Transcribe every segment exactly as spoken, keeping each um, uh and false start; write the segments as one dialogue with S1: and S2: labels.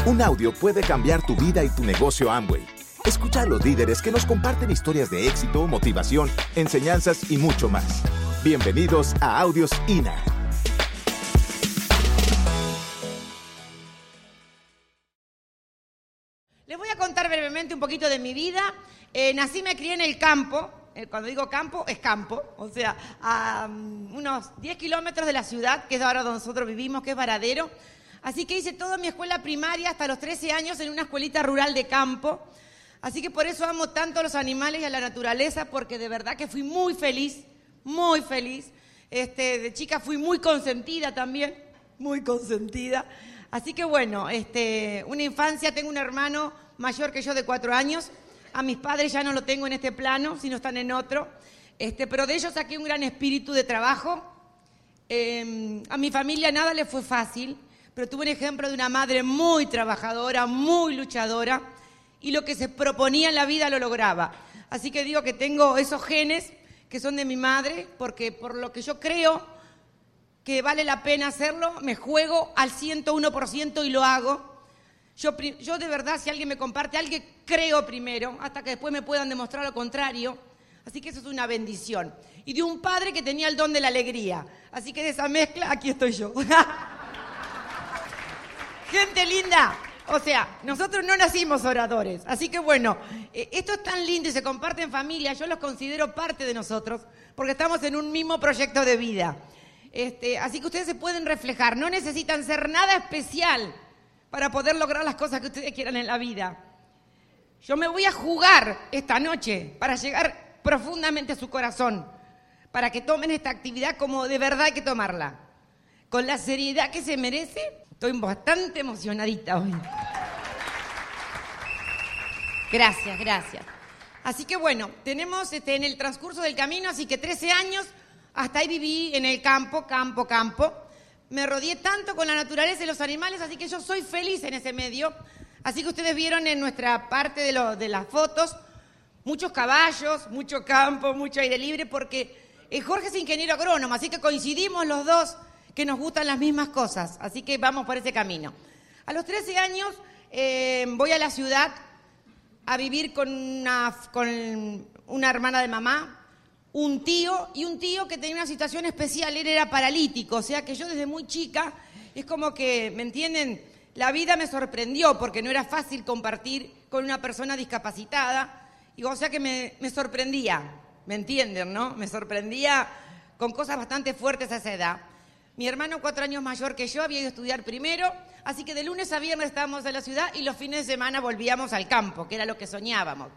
S1: Un audio puede cambiar tu vida y tu negocio Amway. Escucha a los líderes que nos comparten historias de éxito, motivación, enseñanzas y mucho más. Bienvenidos a Audios I N A.
S2: Les voy a contar brevemente un poquito de mi vida. Eh, nací y me crié en el campo. Eh, cuando digo campo, es campo. O sea, a um, unos diez kilómetros de la ciudad, que es ahora donde nosotros vivimos, que es Varadero. Así que hice toda mi escuela primaria hasta los trece años en una escuelita rural de campo. Así que por eso amo tanto a los animales y a la naturaleza, porque de verdad que fui muy feliz, muy feliz. Este, de chica fui muy consentida también, muy consentida. Así que bueno, este, una infancia, tengo un hermano mayor que yo de cuatro años. A mis padres ya no lo tengo en este plano, sino están en otro. Este, pero de ellos saqué un gran espíritu de trabajo. Eh, a mi familia nada le fue fácil, pero tuve un ejemplo de una madre muy trabajadora, muy luchadora, y lo que se proponía en la vida lo lograba. Así que digo que tengo esos genes que son de mi madre, porque por lo que yo creo que vale la pena hacerlo, me juego al ciento uno por ciento y lo hago. Yo, yo de verdad, si alguien me comparte, alguien creo primero, hasta que después me puedan demostrar lo contrario. Así que eso es una bendición. Y de un padre que tenía el don de la alegría. Así que de esa mezcla, aquí estoy yo. Gente linda, o sea, nosotros no nacimos oradores, así que bueno, eh, esto es tan lindo y se comparte en familia, yo los considero parte de nosotros, porque estamos en un mismo proyecto de vida. Este, así que ustedes se pueden reflejar, no necesitan ser nada especial para poder lograr las cosas que ustedes quieran en la vida. Yo me voy a jugar esta noche para llegar profundamente a su corazón, para que tomen esta actividad como de verdad hay que tomarla, con la seriedad que se merece. Estoy bastante emocionadita hoy. Gracias, gracias. Así que bueno, tenemos este, en el transcurso del camino, así que trece años, hasta ahí viví en el campo, campo, campo. Me rodeé tanto con la naturaleza y los animales, así que yo soy feliz en ese medio. Así que ustedes vieron en nuestra parte de, lo, de las fotos, muchos caballos, mucho campo, mucho aire libre, porque eh, Jorge es ingeniero agrónomo, así que coincidimos los dos que nos gustan las mismas cosas, así que vamos por ese camino. A los trece años eh, voy a la ciudad a vivir con una, con una hermana de mamá, un tío, y un tío que tenía una situación especial, él era paralítico, o sea que yo desde muy chica, es como que, ¿me entienden? La vida me sorprendió, porque no era fácil compartir con una persona discapacitada, y o sea que me, me sorprendía, ¿me entienden, no? Me sorprendía con cosas bastante fuertes a esa edad. Mi hermano, cuatro años mayor que yo, había ido a estudiar primero, así que de lunes a viernes estábamos en la ciudad y los fines de semana volvíamos al campo, que era lo que soñábamos.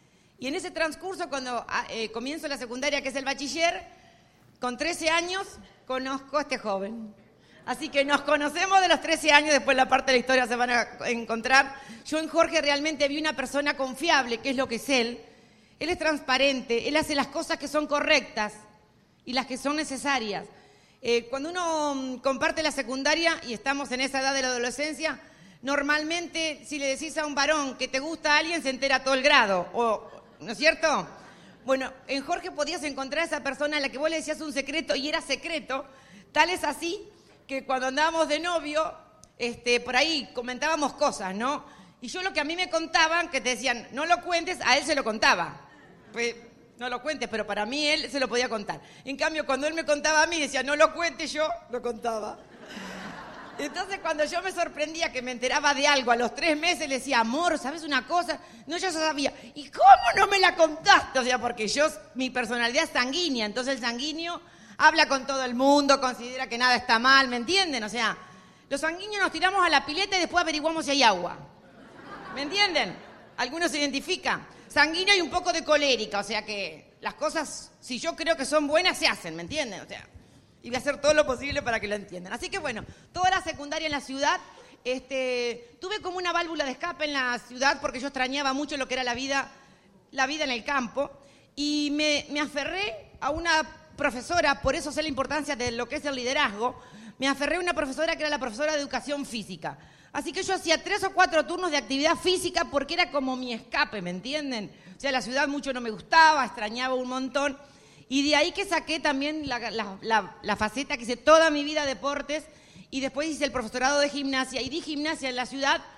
S2: Y en ese transcurso, cuando eh, comienzo la secundaria, que es el bachiller, con trece años, conozco a este joven. Así que nos conocemos de los trece años, después la parte de la historia se van a encontrar. Yo en Jorge realmente vi una persona confiable, que es lo que es él. Él es transparente, él hace las cosas que son correctas y las que son necesarias. Eh, cuando uno comparte la secundaria y estamos en esa edad de la adolescencia, normalmente si le decís a un varón que te gusta a alguien, se entera todo el grado, o, ¿no es cierto? Bueno, en Jorge podías encontrar a esa persona a la que vos le decías un secreto y era secreto, tal es así que cuando andábamos de novio, este, por ahí comentábamos cosas, ¿no? Y yo lo que a mí me contaban, que te decían, no lo cuentes, a él se lo contaba. Pues, no lo cuentes, pero para mí él se lo podía contar. En cambio, cuando él me contaba a mí, decía, no lo cuentes, yo lo contaba. Entonces, cuando yo me sorprendía que me enteraba de algo, a los tres meses le decía, amor, ¿sabes una cosa? No, yo ya sabía. ¿Y cómo no me la contaste? O sea, porque yo, mi personalidad es sanguínea, entonces el sanguíneo habla con todo el mundo, considera que nada está mal, ¿me entienden? O sea, los sanguíneos nos tiramos a la pileta y después averiguamos si hay agua. ¿Me entienden? ¿Algunos se identifican? Sanguíneo y un poco de colérica, o sea que las cosas, si yo creo que son buenas, se hacen, ¿me entienden? O sea, y voy a hacer todo lo posible para que lo entiendan. Así que bueno, toda la secundaria en la ciudad, este, tuve como una válvula de escape en la ciudad porque yo extrañaba mucho lo que era la vida, la vida en el campo, y me, me aferré a una profesora, por eso sé la importancia de lo que es el liderazgo, me aferré a una profesora que era la profesora de educación física. Así que yo hacía tres o cuatro turnos de actividad física porque era como mi escape, ¿me entienden? O sea, la ciudad mucho no me gustaba, extrañaba un montón. Y de ahí que saqué también la, la, la, la faceta que hice toda mi vida deportes y después hice el profesorado de gimnasia y di gimnasia en la ciudad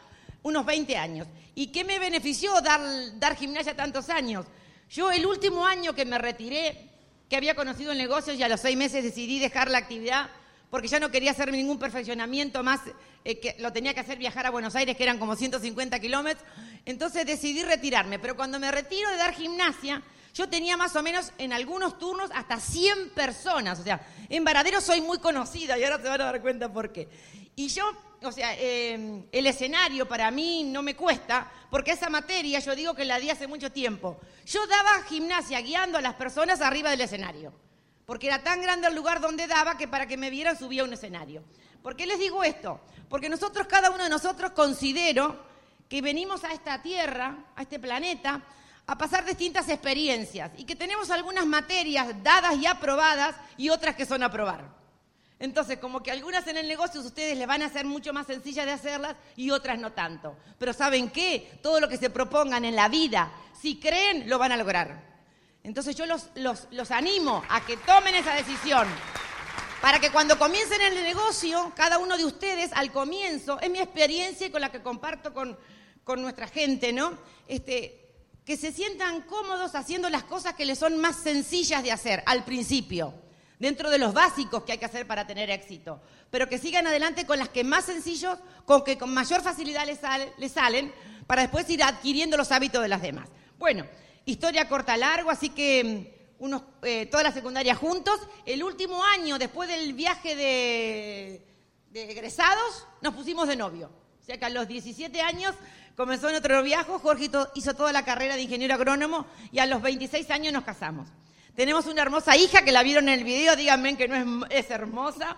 S2: unos veinte años. ¿Y qué me benefició dar, dar gimnasia tantos años? Yo el último año que me retiré, que había conocido el negocio, y a los seis meses decidí dejar la actividad porque ya no quería hacer ningún perfeccionamiento más, eh, que lo tenía que hacer viajar a Buenos Aires, que eran como ciento cincuenta kilómetros. Entonces decidí retirarme. Pero cuando me retiro de dar gimnasia, yo tenía más o menos en algunos turnos hasta cien personas. O sea, en Varadero soy muy conocida y ahora se van a dar cuenta por qué. Y yo, o sea, eh, el escenario para mí no me cuesta, porque esa materia yo digo que la di hace mucho tiempo. Yo daba gimnasia guiando a las personas arriba del escenario, porque era tan grande el lugar donde daba que para que me vieran subía a un escenario. ¿Por qué les digo esto? Porque nosotros, cada uno de nosotros, considero que venimos a esta tierra, a este planeta, a pasar distintas experiencias y que tenemos algunas materias dadas y aprobadas y otras que son a probar. Entonces, como que algunas en el negocio ustedes les van a ser mucho más sencillas de hacerlas y otras no tanto. Pero ¿saben qué? Todo lo que se propongan en la vida, si creen, lo van a lograr. Entonces yo los, los, los animo a que tomen esa decisión para que cuando comiencen el negocio, cada uno de ustedes al comienzo, es mi experiencia y con la que comparto con, con nuestra gente, ¿no? Este, que se sientan cómodos haciendo las cosas que les son más sencillas de hacer al principio, dentro de los básicos que hay que hacer para tener éxito, pero que sigan adelante con las que más sencillos, con que con mayor facilidad les, sale, les salen, para después ir adquiriendo los hábitos de las demás. Bueno, historia corta largo, así que unos, eh, toda la secundaria juntos. El último año, después del viaje de, de egresados, nos pusimos de novio. O sea que a los diecisiete años comenzó nuestro noviazgo. Jorge hizo toda la carrera de ingeniero agrónomo y a los veintiséis años nos casamos. Tenemos una hermosa hija que la vieron en el video, díganme que no es, es hermosa.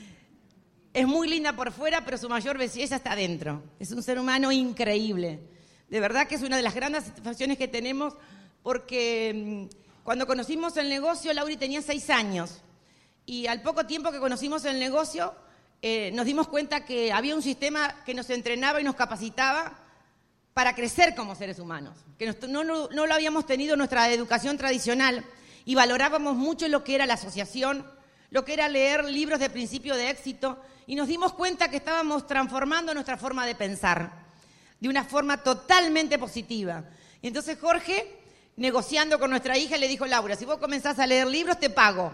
S2: Es muy linda por fuera, pero su mayor belleza está adentro. Es un ser humano increíble. De verdad que es una de las grandes satisfacciones que tenemos, porque cuando conocimos el negocio, Lauri tenía seis años. Y al poco tiempo que conocimos el negocio, eh, nos dimos cuenta que había un sistema que nos entrenaba y nos capacitaba para crecer como seres humanos. Que nos, no, no, no lo habíamos tenido en nuestra educación tradicional. Y valorábamos mucho lo que era la asociación, lo que era leer libros de principio de éxito, y nos dimos cuenta que estábamos transformando nuestra forma de pensar, de una forma totalmente positiva. Y entonces Jorge, negociando con nuestra hija, le dijo: Laura, si vos comenzás a leer libros, te pago.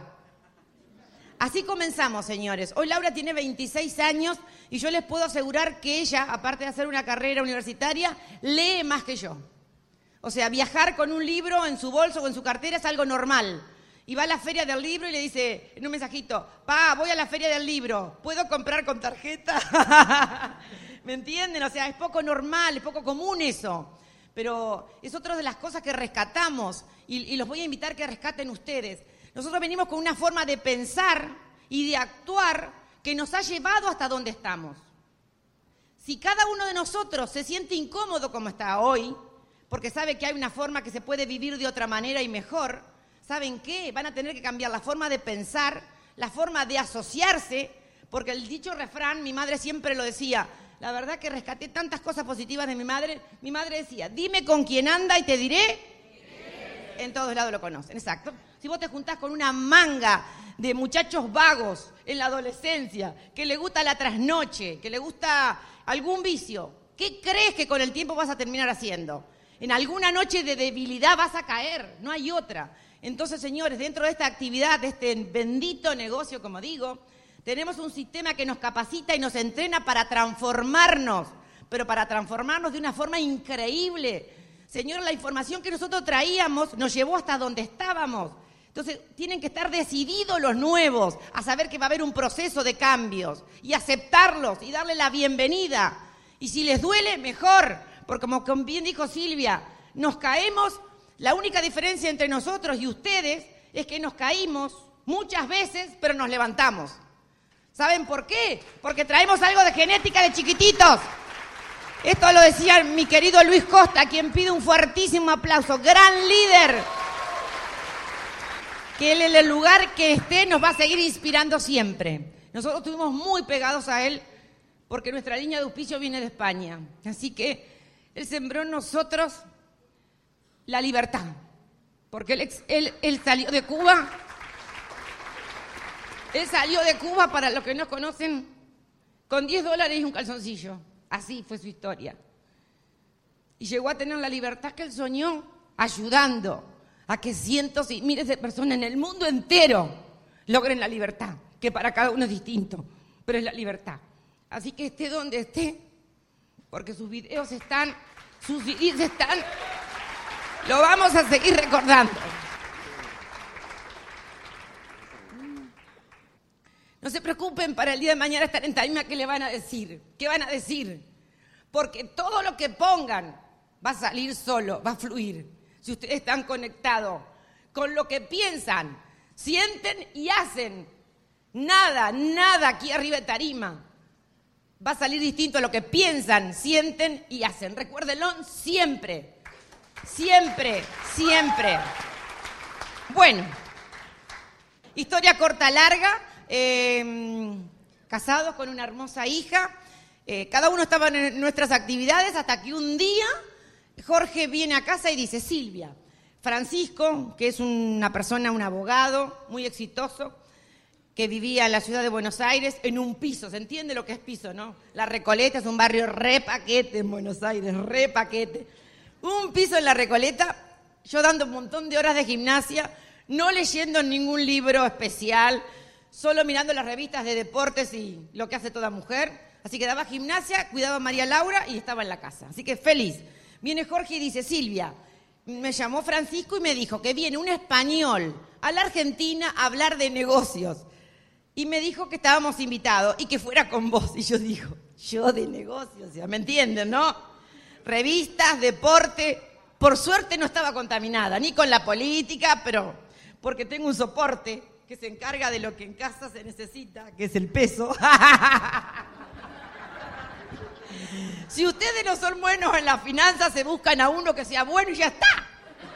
S2: Así comenzamos, señores. Hoy Laura tiene veintiséis años y yo les puedo asegurar que ella, aparte de hacer una carrera universitaria, lee más que yo. O sea, viajar con un libro en su bolso o en su cartera es algo normal. Y va a la feria del libro y le dice en un mensajito: pa, voy a la feria del libro, ¿puedo comprar con tarjeta? ¿Me entienden? O sea, es poco normal, es poco común eso. Pero es otra de las cosas que rescatamos y, y los voy a invitar a que rescaten ustedes. Nosotros venimos con una forma de pensar y de actuar que nos ha llevado hasta donde estamos. Si cada uno de nosotros se siente incómodo como está hoy, porque sabe que hay una forma que se puede vivir de otra manera y mejor, ¿saben qué? Van a tener que cambiar la forma de pensar, la forma de asociarse, porque el dicho refrán, mi madre siempre lo decía, la verdad que rescaté tantas cosas positivas de mi madre. Mi madre decía: dime con quién anda y te diré. En todos lados lo conocen, exacto. Si vos te juntás con una manga de muchachos vagos en la adolescencia, que le gusta la trasnoche, que le gusta algún vicio, ¿qué crees que con el tiempo vas a terminar haciendo? En alguna noche de debilidad vas a caer, no hay otra. Entonces, señores, dentro de esta actividad, de este bendito negocio, como digo, tenemos un sistema que nos capacita y nos entrena para transformarnos, pero para transformarnos de una forma increíble. Señores, la información que nosotros traíamos nos llevó hasta donde estábamos. Entonces, tienen que estar decididos los nuevos a saber que va a haber un proceso de cambios y aceptarlos y darle la bienvenida. Y si les duele, mejor, porque como bien dijo Silvia, nos caemos. La única diferencia entre nosotros y ustedes es que nos caímos muchas veces, pero nos levantamos. ¿Saben por qué? Porque traemos algo de genética de chiquititos. Esto lo decía mi querido Luis Costa, a quien pido un fuertísimo aplauso. Gran líder. Que él en el lugar que esté nos va a seguir inspirando siempre. Nosotros estuvimos muy pegados a él porque nuestra línea de auspicio viene de España. Así que él sembró en nosotros la libertad. Porque él, él, él salió de Cuba. Él salió de Cuba, para los que no conocen, con diez dólares y un calzoncillo. Así fue su historia. y llegó a tener la libertad que él soñó, ayudando a que cientos y miles de personas en el mundo entero logren la libertad, que para cada uno es distinto, pero es la libertad. Así que esté donde esté, porque sus videos están, sus C Ds están, lo vamos a seguir recordando. No se preocupen para el día de mañana estar en tarima, ¿qué le van a decir? ¿Qué van a decir? Porque todo lo que pongan va a salir solo, va a fluir. Si ustedes están conectados con lo que piensan, sienten y hacen, nada, nada aquí arriba de tarima va a salir distinto a lo que piensan, sienten y hacen. Recuérdenlo siempre, siempre, siempre. Bueno, historia corta, larga. Eh, casados con una hermosa hija, eh, cada uno estaba en nuestras actividades hasta que un día Jorge viene a casa y dice: Silvia, Francisco, que es una persona, un abogado muy exitoso, que vivía en la ciudad de Buenos Aires en un piso, ¿se entiende lo que es piso, no? La Recoleta es un barrio re paquete en Buenos Aires, re paquete. Un piso en la Recoleta, yo dando un montón de horas de gimnasia, no leyendo ningún libro especial, solo mirando las revistas de deportes y lo que hace toda mujer. Así que daba gimnasia, cuidaba a María Laura y estaba en la casa. Así que feliz. Viene Jorge y dice: Silvia, me llamó Francisco y me dijo que viene un español a la Argentina a hablar de negocios. Y me dijo que estábamos invitados y que fuera con vos. Y yo digo, yo de negocios, ¿ya me entienden, no? Revistas, deporte. Por suerte no estaba contaminada, ni con la política, pero porque tengo un soporte que se encarga de lo que en casa se necesita, que es el peso. Si ustedes no son buenos en las finanzas, se buscan a uno que sea bueno y ya está.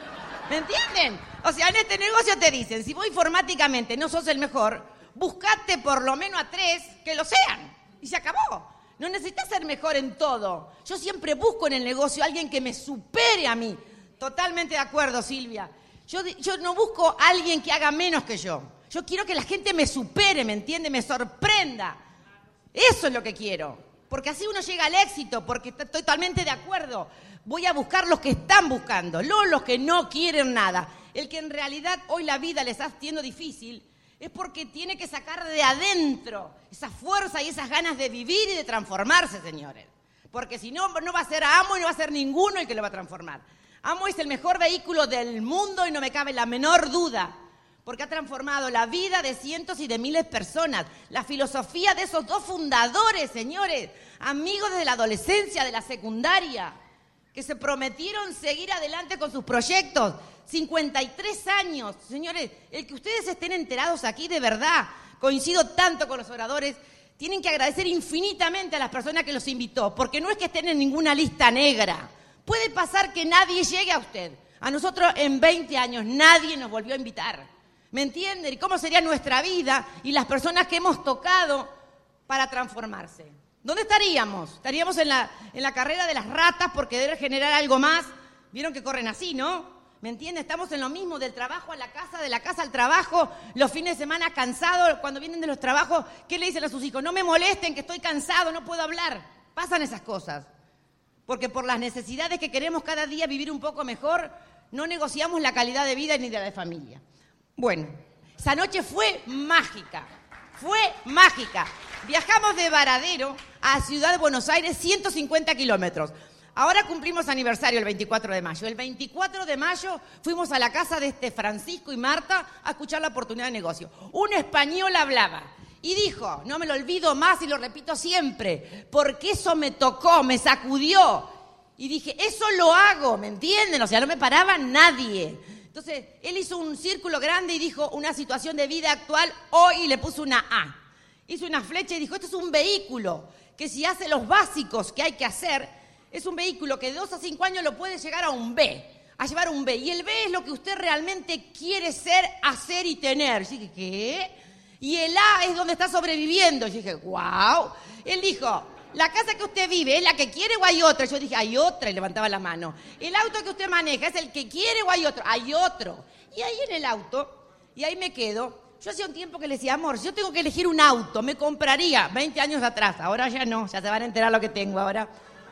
S2: ¿Me entienden? O sea, en este negocio te dicen, si vos informáticamente no sos el mejor, buscate por lo menos a tres que lo sean. Y se acabó. No necesitas ser mejor en todo. Yo siempre busco en el negocio a alguien que me supere a mí. Totalmente de acuerdo, Silvia. Yo, yo no busco a alguien que haga menos que yo. Yo quiero que la gente me supere, ¿me entiende? Me sorprenda. Eso es lo que quiero. Porque así uno llega al éxito, porque estoy totalmente de acuerdo. Voy a buscar los que están buscando, no los que no quieren nada. El que en realidad hoy la vida le está haciendo difícil es porque tiene que sacar de adentro esa fuerza y esas ganas de vivir y de transformarse, señores. Porque si no, no va a ser Amo y no va a ser ninguno el que lo va a transformar. Amo es el mejor vehículo del mundo y no me cabe la menor duda. Porque ha transformado la vida de cientos y de miles de personas. La filosofía de esos dos fundadores, señores, amigos desde la adolescencia, de la secundaria, que se prometieron seguir adelante con sus proyectos. cincuenta y tres años, señores, el que ustedes estén enterados aquí de verdad, coincido tanto con los oradores, tienen que agradecer infinitamente a las personas que los invitó, porque no es que estén en ninguna lista negra. Puede pasar que nadie llegue a usted. A nosotros en veinte años nadie nos volvió a invitar. ¿Me entienden? ¿Y cómo sería nuestra vida y las personas que hemos tocado para transformarse? ¿Dónde estaríamos? Estaríamos en la, en la carrera de las ratas por querer generar algo más. Vieron que corren así, ¿no? ¿Me entienden? Estamos en lo mismo, del trabajo a la casa, de la casa al trabajo, los fines de semana cansados, cuando vienen de los trabajos, ¿qué le dicen a sus hijos? No me molesten, que estoy cansado, no puedo hablar. Pasan esas cosas. Porque por las necesidades que queremos cada día vivir un poco mejor, no negociamos la calidad de vida ni de la familia. Bueno, esa noche fue mágica, fue mágica. Viajamos de Varadero a Ciudad de Buenos Aires, ciento cincuenta kilómetros. Ahora cumplimos aniversario el veinticuatro de mayo. El veinticuatro de mayo fuimos a la casa de este Francisco y Marta a escuchar la oportunidad de negocio. Un español hablaba y dijo, no me lo olvido más y lo repito siempre, porque eso me tocó, me sacudió. Y dije, eso lo hago, ¿me entienden? O sea, no me paraba nadie. Entonces, él hizo un círculo grande y dijo una situación de vida actual hoy y le puso una A. Hizo una flecha y dijo, esto es un vehículo que si hace los básicos que hay que hacer, es un vehículo que de dos a cinco años lo puede llegar a un B, a llevar un B. Y el B es lo que usted realmente quiere ser, hacer y tener. Yo dije, ¿qué? Y el A es donde está sobreviviendo. Yo dije, wow. Él dijo, ¿la casa que usted vive es la que quiere o hay otra? Yo dije, hay otra, y levantaba la mano. ¿El auto que usted maneja es el que quiere o hay otro? Hay otro. Y ahí en el auto, y ahí me quedo, yo hacía un tiempo que le decía, amor, si yo tengo que elegir un auto, me compraría veinte años atrás, ahora ya no, ya se van a enterar lo que tengo ahora.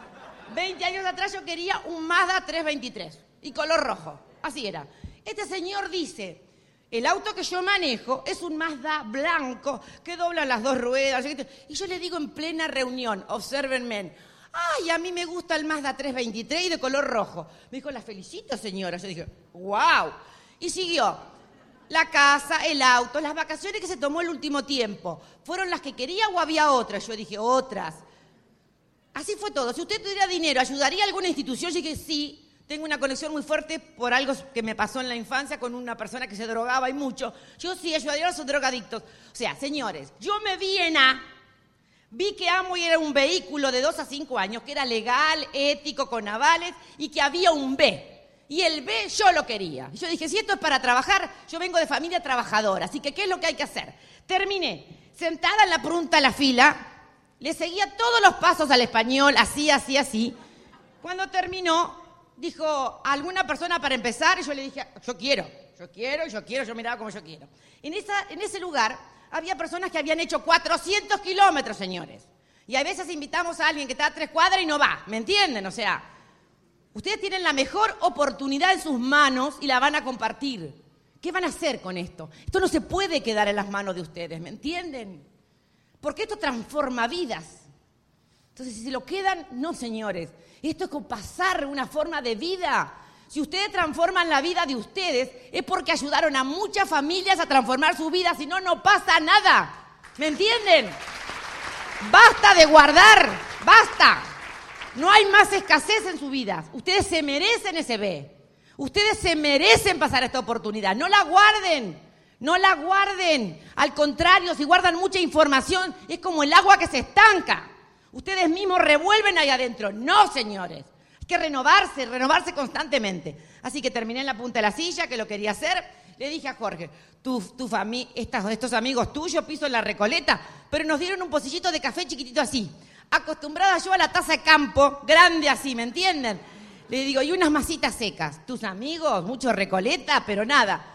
S2: veinte años atrás yo quería un Mazda trescientos veintitrés y color rojo. Así era. Este señor dice, el auto que yo manejo es un Mazda blanco que dobla las dos ruedas. Y yo le digo en plena reunión, obsérvenme, ay, a mí me gusta el Mazda trescientos veintitrés y de color rojo. Me dijo, la felicito, señora. Yo dije, wow. Y siguió. La casa, el auto, las vacaciones que se tomó el último tiempo, ¿fueron las que quería o había otras? Yo dije, otras. Así fue todo. Si usted tuviera dinero, ¿ayudaría a alguna institución? Yo dije, sí. Tengo una conexión muy fuerte por algo que me pasó en la infancia con una persona que se drogaba y mucho. Yo sí ayudaría a los drogadictos. O sea, señores, yo me vi en A, vi que Amway era un vehículo de dos a cinco años, que era legal, ético, con avales, y que había un B. Y el B yo lo quería. Y yo dije, si esto es para trabajar, yo vengo de familia trabajadora, así que ¿qué es lo que hay que hacer? Terminé sentada en la punta de la fila, le seguía todos los pasos al español, así, así, así. Cuando terminó, dijo, ¿alguna persona para empezar? Y yo le dije, yo quiero, yo quiero, yo quiero, yo miraba como yo quiero. En, esa, en ese lugar había personas que habían hecho cuatrocientos kilómetros, señores. Y a veces invitamos a alguien que está a tres cuadras y no va, ¿me entienden? O sea, ustedes tienen la mejor oportunidad en sus manos y la van a compartir. ¿Qué van a hacer con esto? Esto no se puede quedar en las manos de ustedes, ¿me entienden? Porque esto transforma vidas. Entonces, si se lo quedan, no, señores. Esto es como pasar una forma de vida. Si ustedes transforman la vida de ustedes, es porque ayudaron a muchas familias a transformar su vida. Si no, no pasa nada. ¿Me entienden? Basta de guardar. Basta. No hay más escasez en su vida. Ustedes se merecen ese B. Ustedes se merecen pasar esta oportunidad. No la guarden. No la guarden. Al contrario, si guardan mucha información, es como el agua que se estanca. Ustedes mismos revuelven ahí adentro. No, señores. Hay que renovarse, renovarse constantemente. Así que terminé en la punta de la silla, que lo quería hacer. Le dije a Jorge, tu, tu fami- estas, estos amigos tuyos piso en la Recoleta, pero nos dieron un pocillito de café chiquitito así. Acostumbrada yo a la taza de campo, grande así, ¿me entienden? Le digo, y unas masitas secas. Tus amigos, mucho Recoleta, pero nada.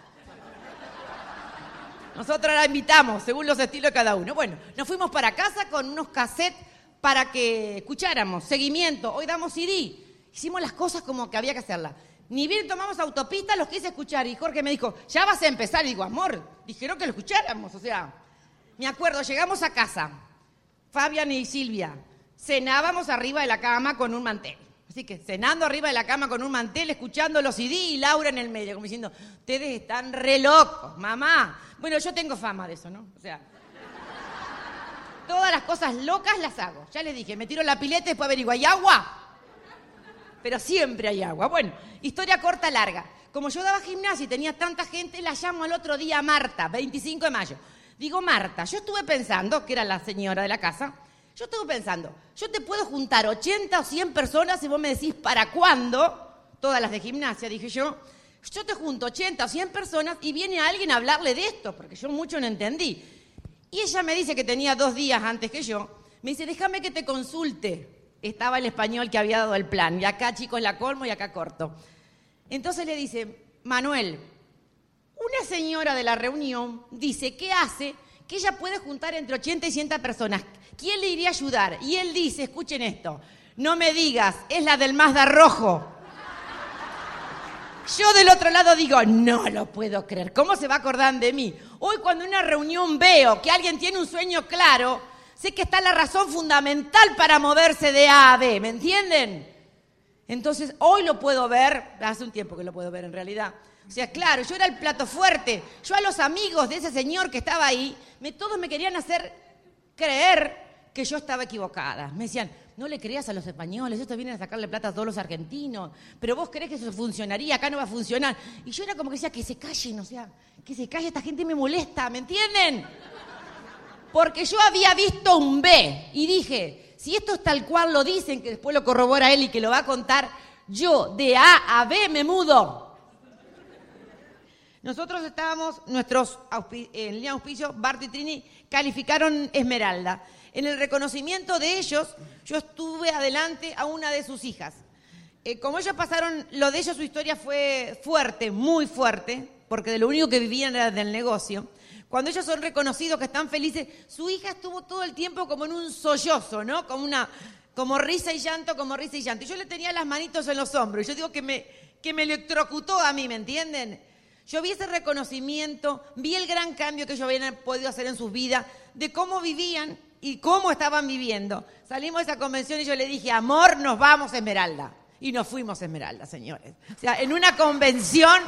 S2: Nosotros la invitamos, según los estilos de cada uno. Bueno, nos fuimos para casa con unos cassettes para que escucháramos, seguimiento. Hoy damos C D. Hicimos las cosas como que había que hacerlas. Ni bien tomamos autopista, los quise escuchar. Y Jorge me dijo, ya vas a empezar. Y digo, amor, dijeron que lo escucháramos. O sea, me acuerdo, llegamos a casa, Fabián y Silvia, cenábamos arriba de la cama con un mantel. Así que cenando arriba de la cama con un mantel, escuchando los C D y Laura en el medio, como diciendo, ustedes están re locos, mamá. Bueno, yo tengo fama de eso, ¿no? O sea, todas las cosas locas las hago. Ya les dije, me tiro la pileta y después averiguo, ¿hay agua? Pero siempre hay agua. Bueno, historia corta, larga. Como yo daba gimnasia y tenía tanta gente, la llamo al otro día a Marta, veinticinco de mayo. Digo, Marta, yo estuve pensando, que era la señora de la casa, yo estuve pensando, yo te puedo juntar ochenta o cien personas y vos me decís, ¿para cuándo? Todas las de gimnasia, dije yo. Yo te junto ochenta o cien personas y viene alguien a hablarle de esto, porque yo mucho no entendí. Y ella me dice que tenía dos días antes que yo. Me dice, déjame que te consulte. Estaba el español que había dado el plan. Y acá, chicos, la colmo y acá corto. Entonces le dice, Manuel, una señora de la reunión dice, ¿qué hace? Que ella puede juntar entre ochenta y cien personas. ¿Quién le iría a ayudar? Y él dice, escuchen esto, no me digas, es la del Mazda rojo. Yo del otro lado digo, no lo puedo creer, ¿cómo se va a acordar de mí? Hoy cuando en una reunión veo que alguien tiene un sueño claro, sé que está la razón fundamental para moverse de A a B, ¿me entienden? Entonces, hoy lo puedo ver, hace un tiempo que lo puedo ver en realidad. O sea, claro, yo era el plato fuerte. Yo a los amigos de ese señor que estaba ahí, me, todos me querían hacer creer que yo estaba equivocada. Me decían, no le creas a los españoles, estos vienen a sacarle plata a todos los argentinos, pero vos creés que eso funcionaría, acá no va a funcionar. Y yo era como que decía, que se callen, o sea, que se calle, esta gente me molesta, ¿me entienden? Porque yo había visto un B y dije, si esto es tal cual lo dicen, que después lo corrobora él y que lo va a contar, yo de A a B me mudo. Nosotros estábamos, nuestros auspi- en línea de auspicio, Bart y Trini, calificaron Esmeralda. En el reconocimiento de ellos, yo estuve adelante a una de sus hijas. Eh, como ellos pasaron, lo de ellos, su historia fue fuerte, muy fuerte, porque de lo único que vivían era del negocio. Cuando ellos son reconocidos, que están felices, su hija estuvo todo el tiempo como en un sollozo, ¿no? Como una, como risa y llanto, como risa y llanto. Y yo le tenía las manitos en los hombros. Yo digo que me, que me electrocutó a mí, ¿me entienden? Yo vi ese reconocimiento, vi el gran cambio que ellos habían podido hacer en sus vidas, de cómo vivían y cómo estaban viviendo. Salimos de esa convención y yo le dije, amor, nos vamos a Esmeralda. Y nos fuimos a Esmeralda, señores. O sea, en una convención,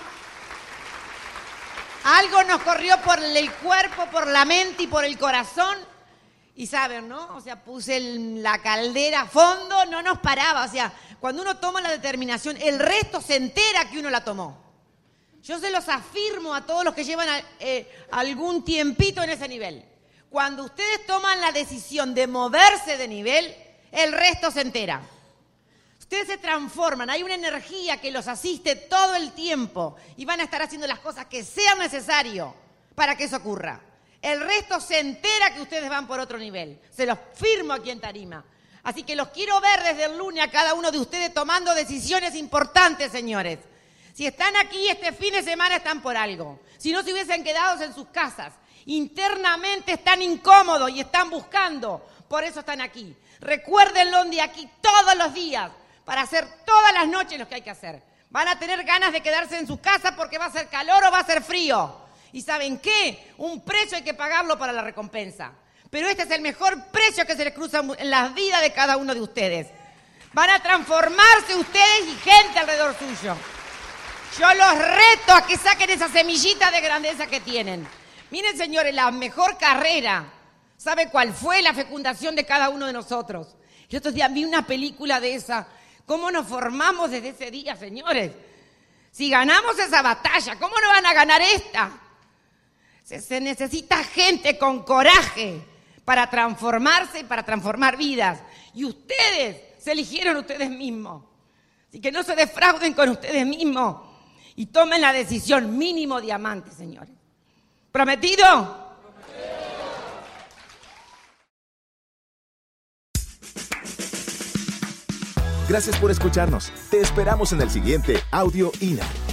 S2: algo nos corrió por el cuerpo, por la mente y por el corazón. Y saben, ¿no? O sea, puse el, la caldera a fondo, no nos paraba. O sea, cuando uno toma la determinación, el resto se entera que uno la tomó. Yo se los afirmo a todos los que llevan a, eh, algún tiempito en ese nivel. Cuando ustedes toman la decisión de moverse de nivel, el resto se entera. Ustedes se transforman, hay una energía que los asiste todo el tiempo y van a estar haciendo las cosas que sean necesarias para que eso ocurra. El resto se entera que ustedes van por otro nivel. Se los firmo aquí en tarima. Así que los quiero ver desde el lunes a cada uno de ustedes tomando decisiones importantes, señores. Si están aquí este fin de semana están por algo. Si no se hubiesen quedado en sus casas. Internamente están incómodos y están buscando. Por eso están aquí. Recuérdenlo de aquí todos los días para hacer todas las noches lo que hay que hacer. Van a tener ganas de quedarse en sus casas porque va a ser calor o va a ser frío. ¿Y saben qué? Un precio hay que pagarlo para la recompensa. Pero este es el mejor precio que se les cruza en la vida de cada uno de ustedes. Van a transformarse ustedes y gente alrededor suyo. Yo los reto a que saquen esa semillita de grandeza que tienen. Miren, señores, la mejor carrera, ¿sabe cuál fue? La fecundación de cada uno de nosotros. Yo estos días vi una película de esa. ¿Cómo nos formamos desde ese día, señores? Si ganamos esa batalla, ¿cómo no van a ganar esta? Se, se necesita gente con coraje para transformarse y para transformar vidas. Y ustedes se eligieron ustedes mismos. Así que no se defrauden con ustedes mismos. Y tomen la decisión, mínimo diamante, señores. ¿Prometido? ¡Prometido!
S1: Gracias por escucharnos. Te esperamos en el siguiente Audio I N A.